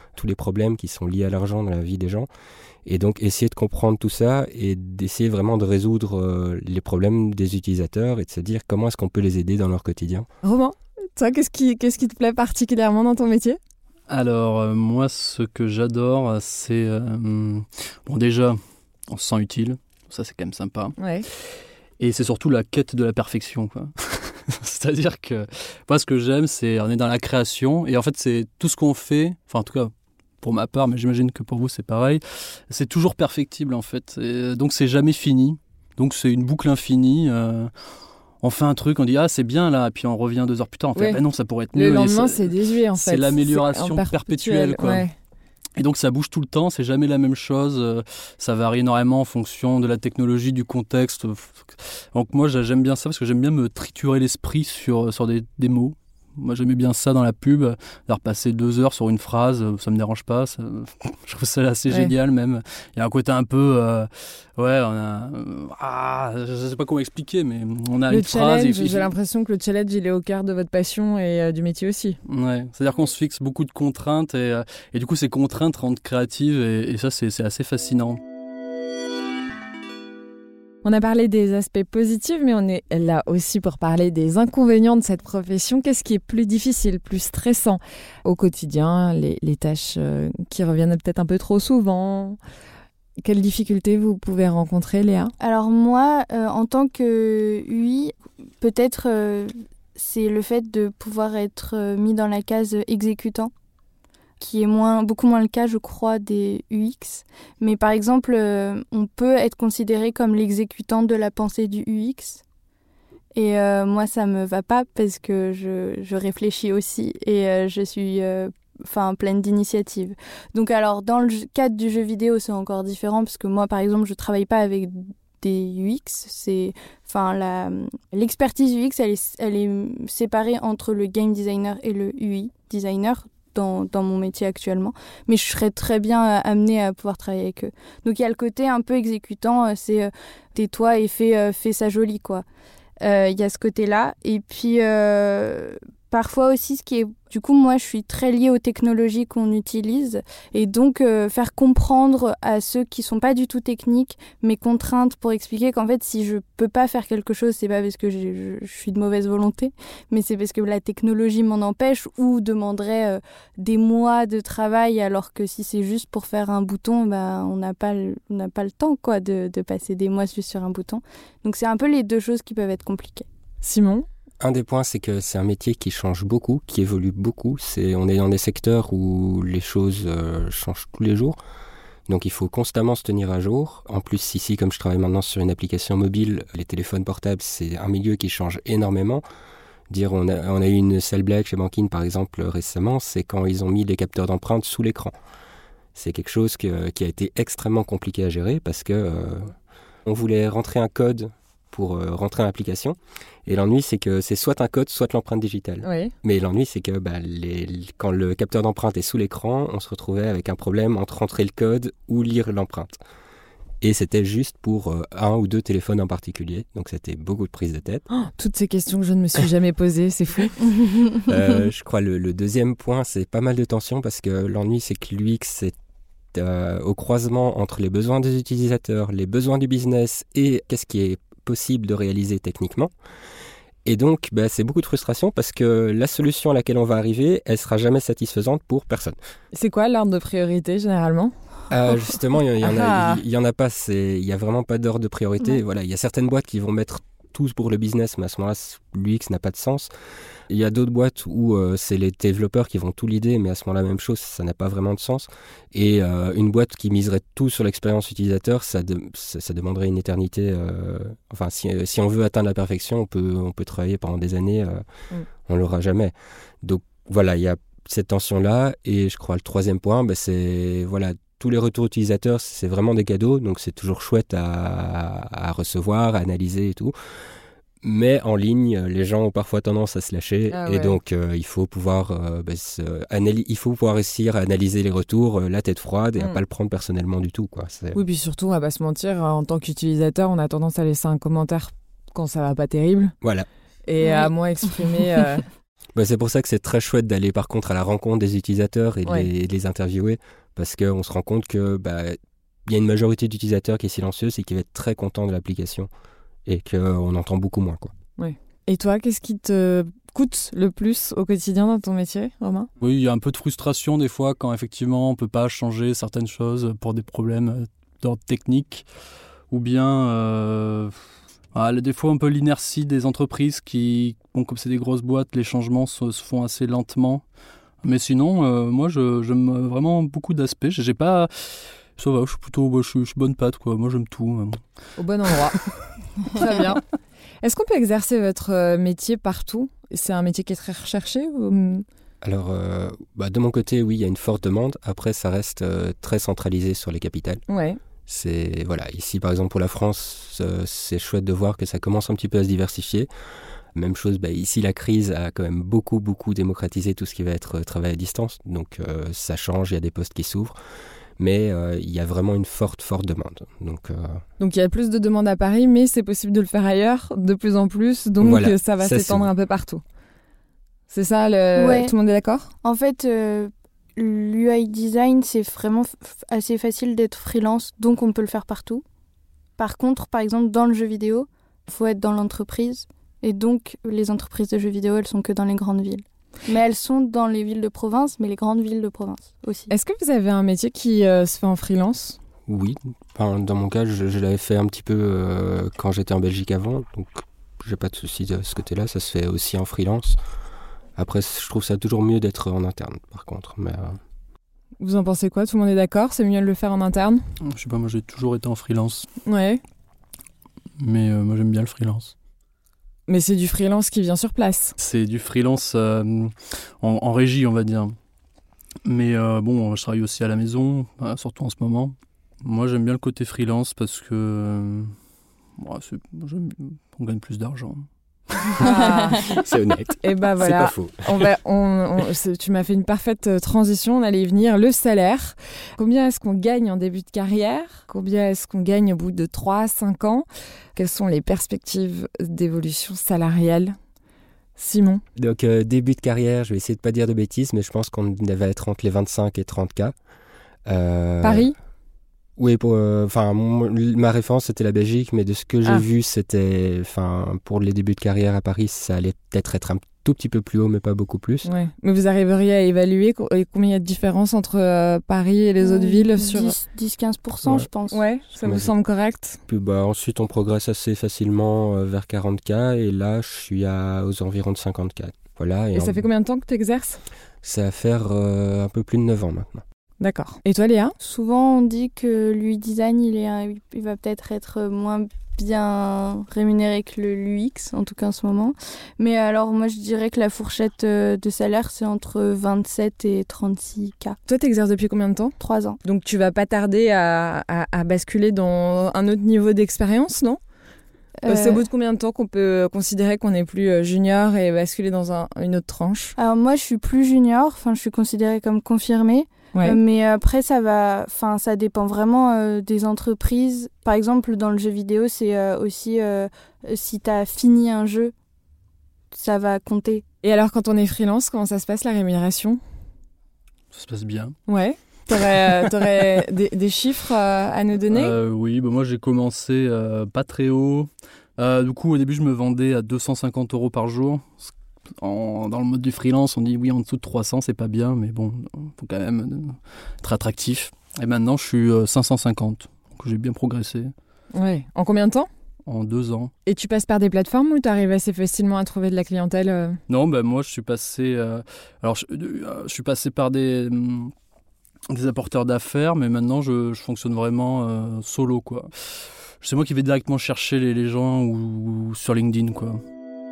tous les problèmes qui sont liés à l'argent dans la vie des gens. Et donc essayer de comprendre tout ça et d'essayer vraiment de résoudre euh, les problèmes des utilisateurs et de se dire comment est-ce qu'on peut les aider dans leur quotidien. Romain, toi, qu'est-ce qui, qu'est-ce qui te plaît particulièrement dans ton métier ? Alors, euh, moi, ce que j'adore, c'est... Euh, bon, déjà, on se sent utile. Ça, c'est quand même sympa. Ouais. Et c'est surtout la quête de la perfection, quoi. C'est-à-dire que moi, ce que j'aime, c'est on est dans la création. Et en fait, c'est tout ce qu'on fait, enfin, en tout cas, pour ma part, mais j'imagine que pour vous, c'est pareil. C'est toujours perfectible, en fait. Et donc, c'est jamais fini. Donc, c'est une boucle infinie. Euh, on fait un truc, on dit « Ah, c'est bien, là », et puis on revient deux heures plus tard, on fait ouais. « Ah, ben non, ça pourrait être mieux ». Le lendemain, c'est désuet, en fait. C'est l'amélioration c'est perpétuelle, quoi. Ouais. Et donc, ça bouge tout le temps, c'est jamais la même chose. Ça varie énormément en fonction de la technologie, du contexte. Donc, moi, j'aime bien ça, parce que j'aime bien me triturer l'esprit sur, sur des, des mots. Moi, j'aimais bien ça dans la pub, d'avoir passé deux heures sur une phrase, ça me dérange pas. Ça, je trouve ça assez ouais. génial, même. Il y a un côté un peu... Euh, ouais, on a... Ah, je sais pas comment expliquer, mais on a le une phrase... Le challenge, j'ai l'impression que le challenge, il est au cœur de votre passion et euh, du métier aussi. Ouais, c'est-à-dire qu'on se fixe beaucoup de contraintes, et, euh, et du coup, ces contraintes rendent créatives, et, et ça, c'est, c'est assez fascinant. On a parlé des aspects positifs, mais on est là aussi pour parler des inconvénients de cette profession. Qu'est-ce qui est plus difficile, plus stressant au quotidien, les, les tâches euh, qui reviennent peut-être un peu trop souvent ? Quelles difficultés vous pouvez rencontrer, Léa ? Alors moi, euh, en tant que U I, peut-être euh, c'est le fait de pouvoir être euh, mis dans la case exécutant, qui est moins, beaucoup moins le cas, je crois, des U X. Mais par exemple, euh, on peut être considéré comme l'exécutant de la pensée du U X. Et euh, moi, ça me va pas parce que je, je réfléchis aussi et euh, je suis euh, enfin, pleine d'initiatives. Donc alors, dans le cadre du jeu vidéo, c'est encore différent parce que moi, par exemple, je travaille pas avec des U X. C'est, enfin, la, l'expertise U X, elle est, elle est séparée entre le game designer et le U I designer. Dans, dans mon métier actuellement, mais je serais très bien amenée à pouvoir travailler avec eux. Donc il y a le côté un peu exécutant, c'est euh, tais-toi et fais, euh, fais ça joli, quoi. Il euh, y a ce côté-là. Et puis euh, parfois aussi, ce qui est... Du coup, moi, je suis très liée aux technologies qu'on utilise et donc euh, faire comprendre à ceux qui sont pas du tout techniques mes contraintes pour expliquer qu'en fait, si je peux pas faire quelque chose, c'est pas parce que j'ai, je, je suis de mauvaise volonté, mais c'est parce que la technologie m'en empêche ou demanderait euh, des mois de travail, alors que si c'est juste pour faire un bouton, bah, on n'a pas, le, on n'a pas le temps, quoi, de, de passer des mois juste sur un bouton. Donc, c'est un peu les deux choses qui peuvent être compliquées. Simon ? Un des points, c'est que c'est un métier qui change beaucoup, qui évolue beaucoup. C'est, on est dans des secteurs où les choses euh, changent tous les jours. Donc il faut constamment se tenir à jour. En plus, ici, comme je travaille maintenant sur une application mobile, les téléphones portables, c'est un milieu qui change énormément. Dire, on a, on a eu une sale blague chez Bankin, par exemple, récemment, c'est quand ils ont mis les capteurs d'empreintes sous l'écran. C'est quelque chose que, qui a été extrêmement compliqué à gérer parce que euh, on voulait rentrer un code pour euh, rentrer dans l'application. Et l'ennui, c'est que c'est soit un code, soit l'empreinte digitale. Oui. Mais l'ennui, c'est que bah, les, quand le capteur d'empreinte est sous l'écran, on se retrouvait avec un problème entre rentrer le code ou lire l'empreinte. Et c'était juste pour euh, un ou deux téléphones en particulier. Donc c'était beaucoup de prise de tête. Oh, toutes ces questions que je ne me suis jamais posées, c'est fou. euh, je crois le, le deuxième point, c'est pas mal de tension parce que l'ennui, c'est que l'U X, c'est euh, au croisement entre les besoins des utilisateurs, les besoins du business et qu'est-ce qui est possible de réaliser techniquement. Et donc, bah, c'est beaucoup de frustration parce que la solution à laquelle on va arriver, elle sera jamais satisfaisante pour personne. C'est quoi l'ordre de priorité généralement ? euh, Justement, il y, y, y, y en a pas. Il y a vraiment pas d'ordre de priorité. Ouais. Voilà, il y a certaines boîtes qui vont mettre tous pour le business, mais à ce moment-là, l'U X n'a pas de sens. Il y a d'autres boîtes où euh, c'est les développeurs qui vont tout l'idée, mais à ce moment-là, même chose, ça n'a pas vraiment de sens. Et euh, une boîte qui miserait tout sur l'expérience utilisateur, ça, de, ça, ça demanderait une éternité. Euh, enfin, si, si on veut atteindre la perfection, on peut, on peut travailler pendant des années, euh, mm. on ne l'aura jamais. Donc voilà, il y a cette tension-là. Et je crois le troisième point, bah, c'est voilà, tous les retours utilisateurs, c'est vraiment des cadeaux, donc c'est toujours chouette à, à recevoir, à analyser et tout. Mais en ligne, les gens ont parfois tendance à se lâcher ah ouais. et donc euh, il faut pouvoir, euh, bah, se, analy- il faut pouvoir réussir à analyser les retours, euh, la tête froide et mm. à pas le prendre personnellement du tout, quoi. C'est... Oui, puis surtout, on va pas se mentir, en tant qu'utilisateur, on a tendance à laisser un commentaire quand ça va pas terrible. Voilà. Et oui. à moins exprimer. Euh... Bah, c'est pour ça que c'est très chouette d'aller par contre à la rencontre des utilisateurs et de Ouais. les, de les interviewer, parce qu'on se rend compte que bah, y a une majorité d'utilisateurs qui est silencieuse et qui va être très content de l'application et qu'on entend beaucoup moins, quoi. Et toi, qu'est-ce qui te coûte le plus au quotidien dans ton métier, Romain ? Oui, il y a un peu de frustration des fois quand effectivement on ne peut pas changer certaines choses pour des problèmes d'ordre technique, ou bien euh, ah, des fois un peu l'inertie des entreprises qui, bon, comme c'est des grosses boîtes, les changements se, se font assez lentement. Mais sinon, euh, moi, je, j'aime vraiment beaucoup d'aspects. J'ai, j'ai pas, ça va, je suis plutôt, je suis, je suis bonne patte, quoi. Moi, j'aime tout. Hein. Au bon endroit. Très bien. Est-ce qu'on peut exercer votre euh, métier partout ? C'est un métier qui est très recherché ou... Alors, euh, bah, de mon côté, oui, il y a une forte demande. Après, ça reste euh, très centralisé sur les capitales. Ouais. C'est, voilà, ici, par exemple, pour la France, euh, c'est chouette de voir que ça commence un petit peu à se diversifier. Même chose, bah, ici, la crise a quand même beaucoup, beaucoup démocratisé tout ce qui va être euh, travail à distance. Donc, euh, ça change, il y a des postes qui s'ouvrent. Mais euh, il y a vraiment une forte, forte demande. Donc, euh... donc, il y a plus de demandes à Paris, mais c'est possible de le faire ailleurs, de plus en plus. Donc, voilà, ça va ça, s'étendre c'est... un peu partout. C'est ça, le... Ouais. tout le monde est d'accord ? En fait, euh, l'U I design, c'est vraiment f- assez facile d'être freelance, donc on peut le faire partout. Par contre, par exemple, dans le jeu vidéo, il faut être dans l'entreprise. Et donc, les entreprises de jeux vidéo, elles sont que dans les grandes villes. Mais elles sont dans les villes de province, mais les grandes villes de province aussi. Est-ce que vous avez un métier qui euh, se fait en freelance ? Oui, enfin, dans mon cas, je, je l'avais fait un petit peu euh, quand j'étais en Belgique avant. Donc, j'ai pas de souci de ce côté-là. Ça se fait aussi en freelance. Après, je trouve ça toujours mieux d'être en interne, par contre. Mais, euh... Vous en pensez quoi ? Tout le monde est d'accord ? C'est mieux de le faire en interne ? Je sais pas, moi j'ai toujours été en freelance. Ouais. Mais euh, moi j'aime bien le freelance. Mais c'est du freelance qui vient sur place. C'est du freelance euh, en, en régie, on va dire. Mais euh, bon, je travaille aussi à la maison, euh, surtout en ce moment. Moi, j'aime bien le côté freelance parce que euh, bon, c'est, j'aime, on gagne plus d'argent. Ah. C'est honnête. Et ben voilà. C'est pas faux. On va, on, on, c'est, tu m'as fait une parfaite transition. On allait y venir. Le salaire. Combien est-ce qu'on gagne en début de carrière ? Combien est-ce qu'on gagne au bout de trois à cinq ans ? Quelles sont les perspectives d'évolution salariale ? Simon ? Donc, euh, début de carrière, je vais essayer de pas dire de bêtises, mais je pense qu'on devait être entre les vingt-cinq et trente K. Euh... Paris ? Oui, pour, enfin, euh, ma référence c'était la Belgique, mais de ce que j'ai Ah. vu, c'était, enfin, pour les débuts de carrière à Paris, ça allait peut-être être un tout petit peu plus haut, mais pas beaucoup plus. Ouais. Mais vous arriveriez à évaluer co- et combien il y a de différence entre euh, Paris et les autres villes sur... dix à quinze pour cent, Ouais. je pense. Ouais, ça vous Mais- semble correct ? Puis bah ensuite, on progresse assez facilement euh, vers quarante K, et là, je suis à, aux environs de cinquante K. Voilà. Et, Et en- ça fait combien de temps que tu exerces ? Ça va faire euh, un peu plus de neuf ans maintenant. D'accord. Et toi, Léa ? Souvent, on dit que l'U I design, il, est, un- il va peut-être être moins bien rémunéré que le l'U X, en tout cas en ce moment. Mais alors, moi, je dirais que la fourchette euh, de salaire, c'est entre vingt-sept et trente-six K. Toi, tu exerces depuis combien de temps ? Trois ans. Donc tu vas pas tarder à, à, à basculer dans un autre niveau d'expérience, non ? Euh, C'est au bout de combien de temps qu'on peut considérer qu'on n'est plus euh, junior et basculer dans un, une autre tranche ? Alors moi, je suis plus junior, enfin, je suis considérée comme confirmée. Ouais. Euh, mais après, ça va, enfin, ça dépend vraiment euh, des entreprises. Par exemple, dans le jeu vidéo, c'est euh, aussi euh, si tu as fini un jeu, ça va compter. Et alors, quand on est freelance, comment ça se passe la rémunération ? Ça se passe bien. Ouais. T'aurais, euh, t'aurais des, des chiffres euh, à nous donner ? Euh, oui, bah moi j'ai commencé euh, pas très haut. Euh, du coup, au début, je me vendais à deux cent cinquante euros par jour. En, dans le mode du freelance, on dit oui, en dessous de trois cents, c'est pas bien, mais bon, faut quand même euh, être attractif. Et maintenant, je suis euh, cinq cent cinquante. Donc j'ai bien progressé Ouais. En combien de temps ? en deux ans. Et tu passes par des plateformes ou tu arrives assez facilement à trouver de la clientèle euh Non, ben moi, je suis passé. Euh, alors, je, euh, je suis passé par des. hum, des apporteurs d'affaires, mais maintenant je, je fonctionne vraiment euh, solo, quoi. C'est moi qui vais directement chercher les, les gens ou, ou sur LinkedIn, quoi.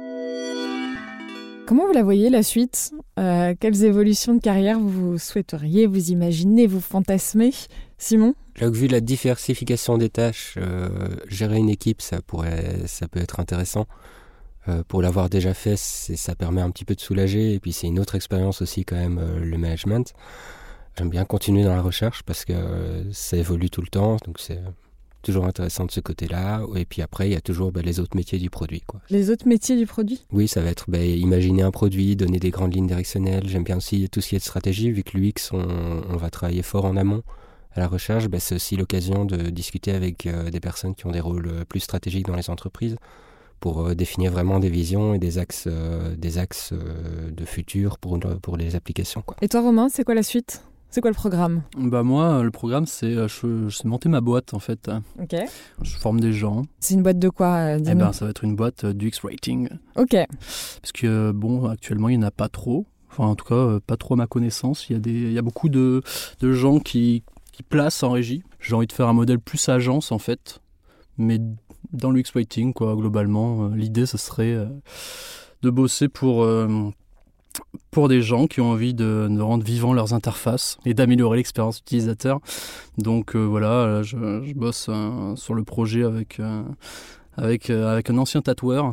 Comment vous la voyez, la suite ? euh, Quelles évolutions de carrière vous souhaiteriez, vous imaginez, vous fantasmez ? Simon ? Là, vu la diversification des tâches, euh, gérer une équipe, ça pourrait, ça peut être intéressant. Euh, pour l'avoir déjà fait, c'est, ça permet un petit peu de soulager, et puis c'est une autre expérience aussi quand même, euh, le management. J'aime bien continuer dans la recherche parce que euh, ça évolue tout le temps, donc c'est, toujours intéressant de ce côté-là. Et puis après, il y a toujours bah, les autres métiers du produit, quoi. Les autres métiers du produit ? Oui, ça va être bah, imaginer un produit, donner des grandes lignes directionnelles. J'aime bien aussi tout ce qui est de stratégie, vu que l'U X, on, on va travailler fort en amont. À la recherche, bah, c'est aussi l'occasion de discuter avec euh, des personnes qui ont des rôles plus stratégiques dans les entreprises pour euh, définir vraiment des visions et des axes, euh, des axes euh, de futur pour, pour les applications, quoi. Et toi, Romain, c'est quoi la suite ? C'est quoi le programme ? Bah moi, le programme, c'est euh, je, je sais monter ma boîte, en fait. Ok. Je forme des gens. C'est une boîte de quoi, euh, dis-nous ? Eh ben, ça va être une boîte euh, d'U X Writing. Ok. Parce que, euh, bon, actuellement, il n'y en a pas trop. Enfin, en tout cas, euh, pas trop à ma connaissance. Il y a, des, il y a beaucoup de, de gens qui, qui placent en régie. J'ai envie de faire un modèle plus agence, en fait. Mais dans l'U X Writing, quoi, globalement, euh, l'idée, ce serait euh, de bosser pour... Euh, pour des gens qui ont envie de, de rendre vivant leurs interfaces et d'améliorer l'expérience utilisateur. Donc euh, voilà, je, je bosse euh, sur le projet avec, euh, avec, euh, avec un ancien tatoueur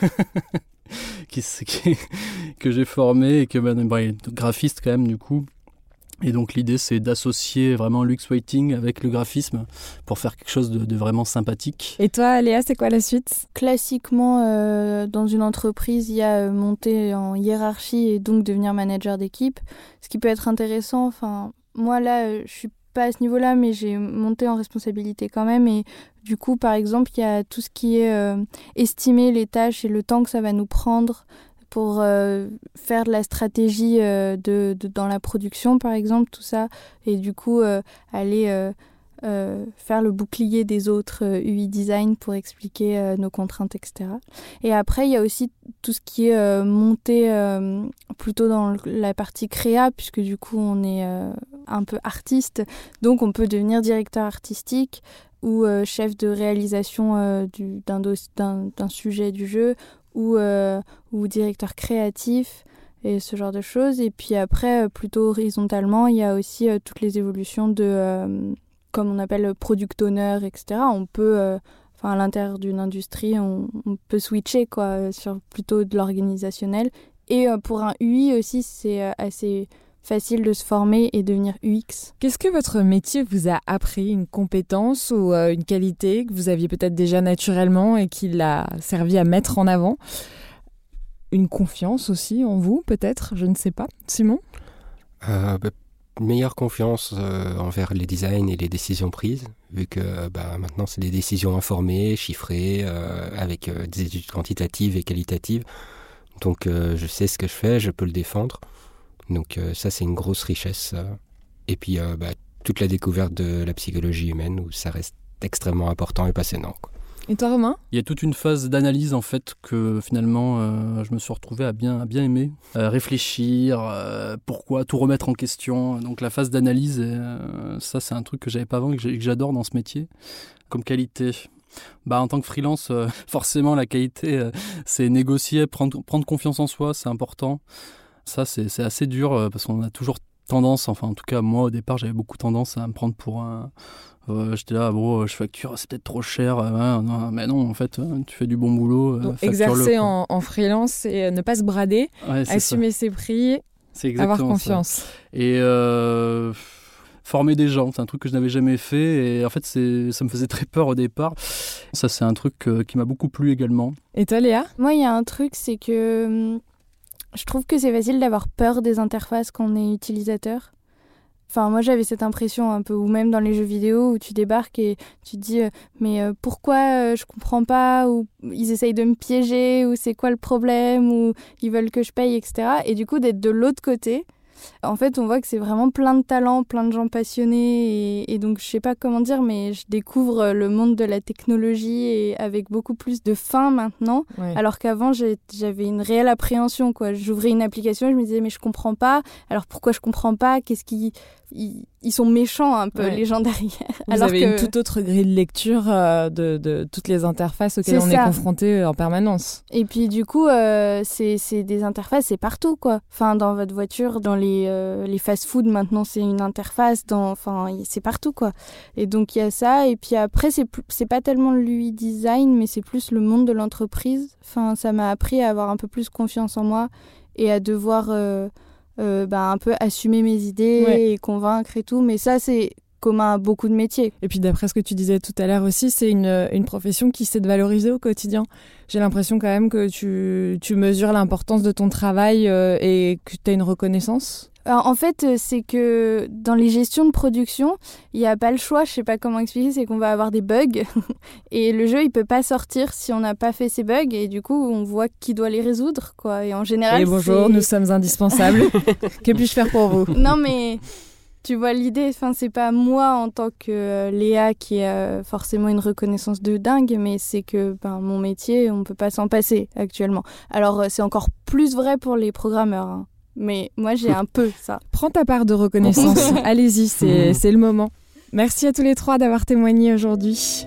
qui, qui, que j'ai formé et que bah, bah, il est graphiste quand même du coup. Et donc l'idée c'est d'associer vraiment l'U X Writing avec le graphisme pour faire quelque chose de, de vraiment sympathique. Et toi Léa, c'est quoi la suite ? Classiquement, euh, dans une entreprise, il y a euh, monter en hiérarchie et donc devenir manager d'équipe. Ce qui peut être intéressant, enfin, moi là, euh, je suis pas à ce niveau-là, mais j'ai monté en responsabilité quand même. Et du coup, par exemple, il y a tout ce qui est euh, estimer les tâches et le temps que ça va nous prendre pour euh, faire de la stratégie euh, de, de, dans la production, par exemple, tout ça. Et du coup, euh, aller euh, euh, faire le bouclier des autres euh, U I design pour expliquer euh, nos contraintes, et cetera. Et après, il y a aussi tout ce qui est euh, monté euh, plutôt dans la partie créa, puisque du coup, on est euh, un peu artiste. Donc, on peut devenir directeur artistique ou euh, chef de réalisation euh, du, d'un, dos- d'un, d'un sujet du jeu, ou, euh, ou directeur créatif et ce genre de choses. Et puis après, plutôt horizontalement, il y a aussi euh, toutes les évolutions de, euh, comme on appelle product owner, et cetera. On peut, euh, enfin à l'intérieur d'une industrie, on, on peut switcher quoi, sur plutôt de l'organisationnel. Et euh, pour un U I aussi, c'est euh, assez facile de se former et devenir U X. Qu'est-ce que votre métier vous a appris ? Une compétence ou euh, une qualité que vous aviez peut-être déjà naturellement et qui l'a servi à mettre en avant ? Une confiance aussi en vous, peut-être ? Je ne sais pas. Simon ? euh, bah, Une meilleure confiance euh, envers les designs et les décisions prises, vu que bah, maintenant c'est des décisions informées, chiffrées, euh, avec euh, des études quantitatives et qualitatives. Donc euh, je sais ce que je fais, je peux le défendre. Donc euh, ça, c'est une grosse richesse. Euh. Et puis, euh, bah, toute la découverte de la psychologie humaine, où ça reste extrêmement important et passionnant, quoi. Et toi, Romain ? Il y a toute une phase d'analyse, en fait, que finalement, euh, je me suis retrouvé à bien, à bien aimer. Euh, réfléchir, euh, pourquoi, tout remettre en question. Donc la phase d'analyse, euh, ça, c'est un truc que j'avais pas avant et que j'adore dans ce métier. Comme qualité... Bah, en tant que freelance, euh, forcément, la qualité, euh, c'est négocier, prendre, prendre confiance en soi, c'est important. Ça, c'est, c'est assez dur euh, parce qu'on a toujours tendance, enfin en tout cas moi au départ j'avais beaucoup tendance à me prendre pour un... Euh, j'étais là, bon, je facture, c'est peut-être trop cher. Euh, ouais, non, mais non, en fait, tu fais du bon boulot. Donc, euh, exercer en, en freelance et ne pas se brader, ouais, assumer ça. ses prix, c'est avoir confiance. Ça. Et euh, former des gens, c'est un truc que je n'avais jamais fait. Et en fait, c'est, ça me faisait très peur au départ. Ça, c'est un truc euh, qui m'a beaucoup plu également. Et toi, Léa ? Moi, il y a un truc, c'est que je trouve que c'est facile d'avoir peur des interfaces quand on est utilisateur. Enfin, moi, j'avais cette impression un peu, ou même dans les jeux vidéo, où tu débarques et tu te dis euh, « mais euh, pourquoi euh, je comprends pas ?» ou « ils essayent de me piéger » ou « c'est quoi le problème ?» ou « ils veulent que je paye », et cetera. Et du coup, d'être de l'autre côté, en fait, on voit que c'est vraiment plein de talents, plein de gens passionnés. Et, et donc, je sais pas comment dire, mais je découvre le monde de la technologie et avec beaucoup plus de fin maintenant. Ouais. Alors qu'avant, j'ai, j'avais une réelle appréhension, quoi. J'ouvrais une application et je me disais « mais je comprends pas. Alors pourquoi je comprends pas ? Qu'est-ce qui... » Ils, ils sont méchants un peu, ouais. Les gens derrière. Vous Alors avez que... une toute autre grille de lecture euh, de, de toutes les interfaces auxquelles c'est on ça. Est confronté en permanence. Et puis du coup, euh, c'est, c'est des interfaces, c'est partout, quoi. Enfin, dans votre voiture, dans les, euh, les fast-food, maintenant, c'est une interface. Dans... Enfin, c'est partout, quoi. Et donc, il y a ça. Et puis après, c'est, plus... c'est pas tellement l'U I design, mais c'est plus le monde de l'entreprise. Enfin, ça m'a appris à avoir un peu plus confiance en moi et à devoir... Euh... Euh, bah, un peu assumer mes idées ouais. et convaincre et tout, mais ça c'est commun à beaucoup de métiers. Et puis d'après ce que tu disais tout à l'heure aussi, c'est une, une profession qui s'est valorisée au quotidien. J'ai l'impression quand même que tu, tu mesures l'importance de ton travail euh, et que tu as une reconnaissance. Alors, en fait, c'est que dans les gestions de production, il n'y a pas le choix, je ne sais pas comment expliquer, c'est qu'on va avoir des bugs et le jeu, il ne peut pas sortir si on n'a pas fait ces bugs et du coup, on voit qui doit les résoudre, quoi. Et en général, et bonjour, c'est... nous sommes indispensables. Que puis-je faire pour vous ? Non, mais tu vois l'idée, enfin, c'est pas moi en tant que euh, Léa qui a forcément une reconnaissance de dingue, mais c'est que ben, mon métier, on ne peut pas s'en passer actuellement. Alors, c'est encore plus vrai pour les programmeurs, hein. Mais moi, j'ai un peu ça. Prends ta part de reconnaissance. Allez-y, c'est, c'est le moment. Merci à tous les trois d'avoir témoigné aujourd'hui.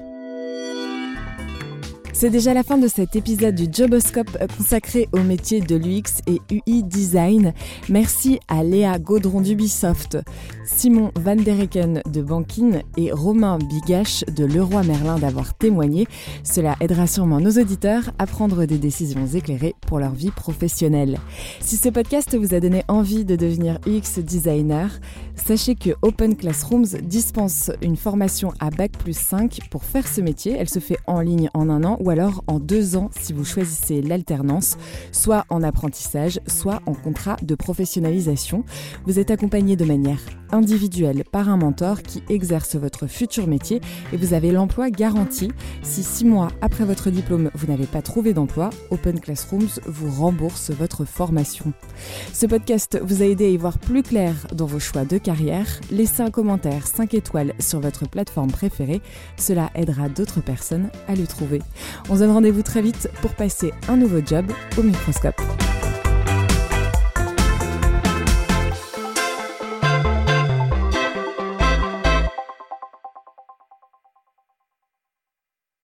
C'est déjà la fin de cet épisode du Joboscope consacré au métier de l'U X et U I Design. Merci à Léa Gaudron d'Ubisoft, Simon Van Der Hecken de Bankin et Romain Bigache de Leroy Merlin d'avoir témoigné. Cela aidera sûrement nos auditeurs à prendre des décisions éclairées pour leur vie professionnelle. Si ce podcast vous a donné envie de devenir U X designer, sachez que Open Classrooms dispense une formation à bac plus cinq pour faire ce métier. Elle se fait en ligne en un an ou alors en deux ans si vous choisissez l'alternance, soit en apprentissage, soit en contrat de professionnalisation. Vous êtes accompagné de manière individuelle par un mentor qui exerce votre futur métier et vous avez l'emploi garanti. Si six mois après votre diplôme, vous n'avez pas trouvé d'emploi, Open Classrooms vous rembourse votre formation. Ce podcast vous a aidé à y voir plus clair dans vos choix de carrière. Laissez un commentaire cinq étoiles sur votre plateforme préférée. Cela aidera d'autres personnes à le trouver. On se donne rendez-vous très vite pour passer un nouveau job au microscope.